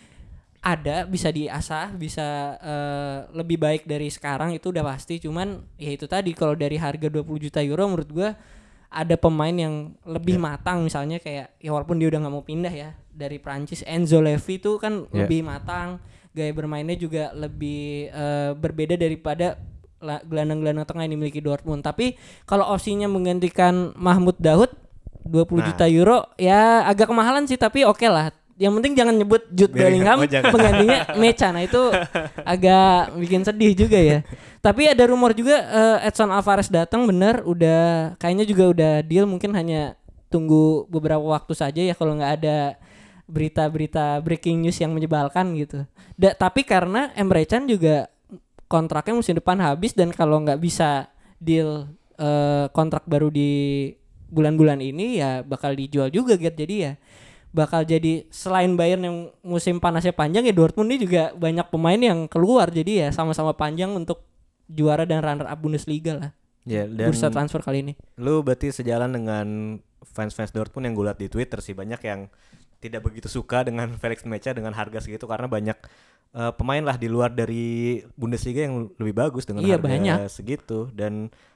ada, bisa diasah, bisa lebih baik dari sekarang itu udah pasti. Cuman ya itu tadi, kalau dari harga 20 juta euro menurut gue ada pemain yang lebih matang, misalnya kayak ya walaupun dia udah nggak mau pindah ya dari Prancis, Enzo Levy itu kan lebih matang, gaya bermainnya juga lebih berbeda daripada gelandang-gelandang tengah yang dimiliki Dortmund. Tapi kalau opsinya menggantikan Mahmud Dahoud 20 juta euro ya agak kemahalan sih, tapi oke lah. Yang penting jangan nyebut Jude Bellingham penggantinya Mecha. Nah itu agak bikin sedih juga ya. Tapi ada rumor juga Edson Alvarez datang, bener udah kayaknya juga udah deal, mungkin hanya tunggu beberapa waktu saja ya kalau nggak ada berita-berita breaking news yang menyebalkan gitu. Tapi karena Emre Can juga kontraknya musim depan habis, dan kalau nggak bisa deal kontrak baru di bulan-bulan ini ya bakal dijual juga gitu. Jadi ya bakal jadi selain Bayern yang musim panasnya panjang, ya Dortmund ini juga banyak pemain yang keluar, jadi ya sama-sama panjang untuk juara dan runner up Bundesliga lah. Ya, dan Bursa transfer kali ini. lu berarti sejalan dengan fans-fans Dortmund yang gue liat di Twitter sih, banyak yang tidak begitu suka dengan Felix Mecha dengan harga segitu, karena banyak pemain lah di luar dari Bundesliga yang lebih bagus dengan harga banyak segitu. Dan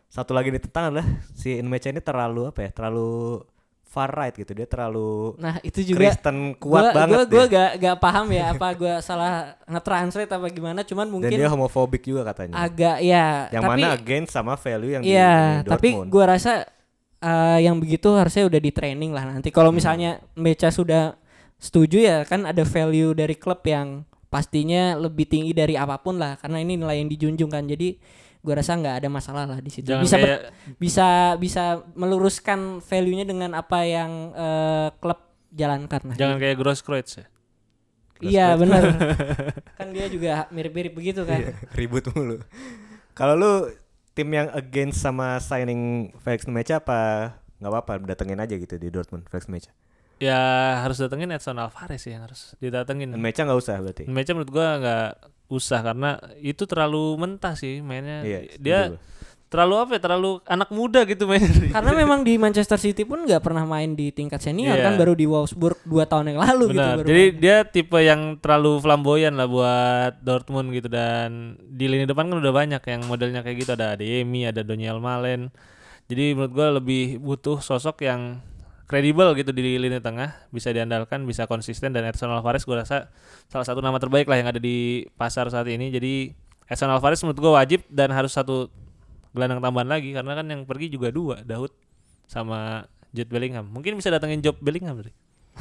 satu lagi ditentang adalah si Nmecha ini terlalu apa ya? Terlalu far right gitu. Dia terlalu Nah itu juga Kristen kuat banget gue dia. gak paham ya apa gue salah nge-translate apa gimana, cuman Dan mungkin dia homofobik juga katanya. agak ya. Yang tapi, mana against sama value yang di iya, ini tapi Dortmund. gue rasa yang begitu harusnya udah di training lah nanti. Kalau misalnya Mecha sudah setuju ya kan ada value dari klub yang pastinya lebih tinggi dari apapun lah, karena ini nilai yang dijunjung kan. Jadi gue rasa nggak ada masalah lah di situ. Jangan Bisa kayak bisa meluruskan value-nya dengan apa yang klub jalankan lah. jangan kayak Grosskreutz ya. Iya benar. Kan dia juga mirip-mirip begitu kan. Iya, ribut mulu. Kalau lu tim yang against sama signing Felix Nmecha apa nggak apa-apa datengin aja gitu di Dortmund Felix Nmecha. Ya harus datengin Edson Alvarez sih yang harus didatengin. Nmecha nggak usah berarti. Nmecha menurut gua nggak usah karena itu terlalu mentah sih mainnya. Iya, Dia setuju gua. terlalu apa ya? Terlalu anak muda gitu mainnya. Karena memang di Manchester City pun nggak pernah main di tingkat senior Iya. kan, baru di Wolfsburg 2 tahun yang lalu gitu Benar. baru Jadi main. dia tipe yang terlalu flamboyan lah buat Dortmund gitu, dan di lini depan kan udah banyak yang modelnya kayak gitu, ada Adeyemi, ada Daniel Malen. Jadi menurut gua lebih butuh sosok yang kredibel gitu di lini tengah, bisa diandalkan, bisa konsisten, dan Edson Alvarez gua rasa salah satu nama terbaik lah yang ada di pasar saat ini. Jadi Edson Alvarez menurut gua wajib dan harus satu gelandang tambahan lagi karena kan yang pergi juga 2, Dahoud sama Jude Bellingham. Mungkin bisa datengin Job Bellingham dari.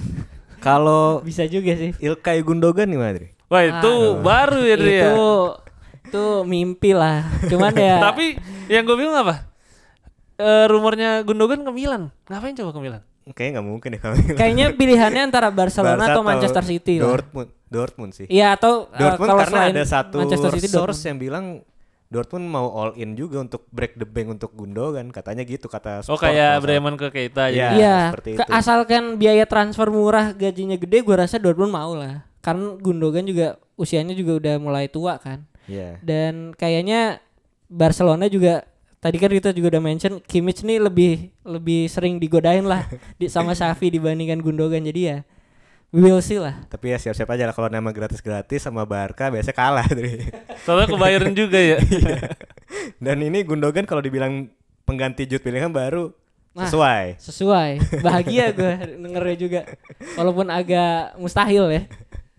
Kalau Bisa juga sih. Ilkay Gundogan gimana, Dri? Wah, itu baru ya dia. Itu mimpi lah. Cuman ya Tapi yang gue bingung apa? Rumornya Gundogan ke Milan. Ngapain coba ke Milan? Kayaknya nggak mungkin deh kalau kayaknya pilihannya antara Barcelona Barca atau Manchester City lah. Dortmund sih. Iya atau Dortmund kalau karena selain ada satu Manchester City source Dortmund. yang bilang Dortmund mau all in juga untuk break the bank untuk Gundogan, katanya gitu kata Oh, Sport, kayak kalau Bremen ke Keita Iya. gitu. Iya, seperti itu. asalkan biaya transfer murah, gajinya gede, gua rasa Dortmund mau lah. Karena Gundogan juga usianya juga udah mulai tua kan. Iya. Dan kayaknya Barcelona juga tadi kan kita juga udah mention Kimmich nih lebih sering digodain lah sama Xavi dibandingkan Gundogan, jadi ya we will see lah. Tapi ya siap-siap aja lah kalau nama gratis-gratis sama Barca biasanya kalah Dri. Soalnya ke Bayern juga ya. Dan ini Gundogan kalau dibilang pengganti Jude Bellingham baru Nah, sesuai. Sesuai. Bahagia gue dengernya juga. Walaupun agak mustahil ya.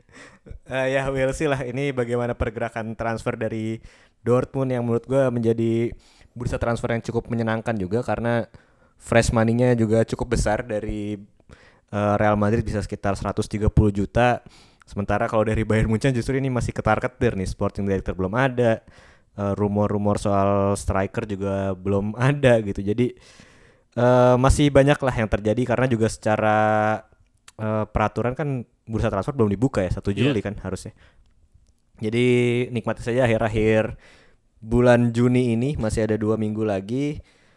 Ya we'll see lah ini bagaimana pergerakan transfer dari Dortmund yang menurut gue menjadi bursa transfer yang cukup menyenangkan juga karena fresh money-nya juga cukup besar dari Real Madrid bisa sekitar 130 juta. Sementara kalau dari Bayern Munchen justru ini masih ketar-ketir nih, sporting director belum ada, rumor-rumor soal striker juga belum ada gitu. Jadi masih banyak lah yang terjadi karena juga secara peraturan kan bursa transfer belum dibuka ya 1 Juli kan harusnya. Jadi nikmati saja akhir-akhir bulan Juni ini, masih ada 2 minggu lagi.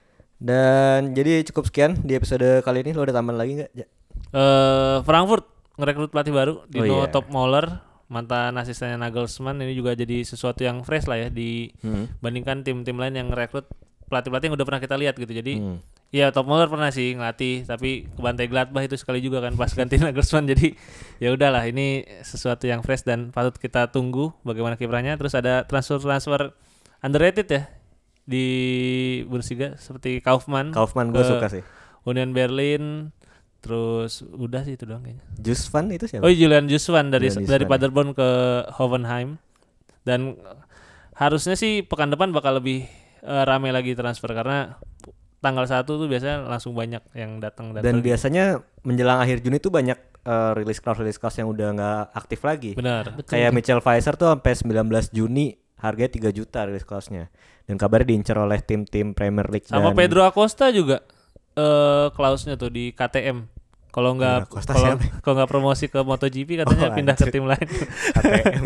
Dan jadi cukup sekian di episode kali ini. Lo ada tambahan lagi nggak? Frankfurt ngerekrut pelatih baru, Dino iya. Topmoller, mantan asistennya Nagelsmann. Ini juga jadi sesuatu yang fresh lah ya dibandingkan tim-tim lain yang ngerekrut pelatih-pelatih yang udah pernah kita lihat gitu. Jadi ya Topmoller pernah sih ngelatih tapi ke Bantai Gladbach itu sekali juga kan pas ganti Nagelsmann. Jadi ya udahlah, ini sesuatu yang fresh dan patut kita tunggu bagaimana kiprahnya. Terus ada transfer underrated ya di Bundesliga seperti Kaufmann Kaufmann gue suka sih. Union Berlin. Terus udah sih itu doang kayaknya. Jusvan itu siapa? Oh, Julian Juswan dari Julian dari Juswan, Paderborn ke Hoffenheim. Dan harusnya sih pekan depan bakal lebih rame lagi transfer karena tanggal 1 tuh biasanya langsung banyak yang datang Dan biasanya menjelang akhir Juni tuh banyak release clause yang udah nggak aktif lagi. benar. Kayak Michel Pfizer tuh sampai 19 Juni harganya 3 juta release clause-nya. Dan kabarnya diincar oleh tim-tim Premier League Sama dan Pedro Acosta juga klausnya tuh di KTM. Kalau nggak Acosta kalau siapa? kalau nggak promosi ke MotoGP katanya Oh, pindah ke anjir. tim lain. KTM.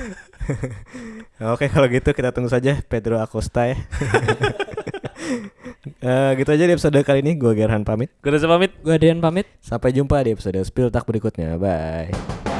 Oke, kalau gitu kita tunggu saja Pedro Acosta ya. Gitu aja di episode kali ini. Gue Gerhan pamit. Gue udah pamit. Gue Adrian pamit. Sampai jumpa di episode Spill Tak berikutnya. Bye.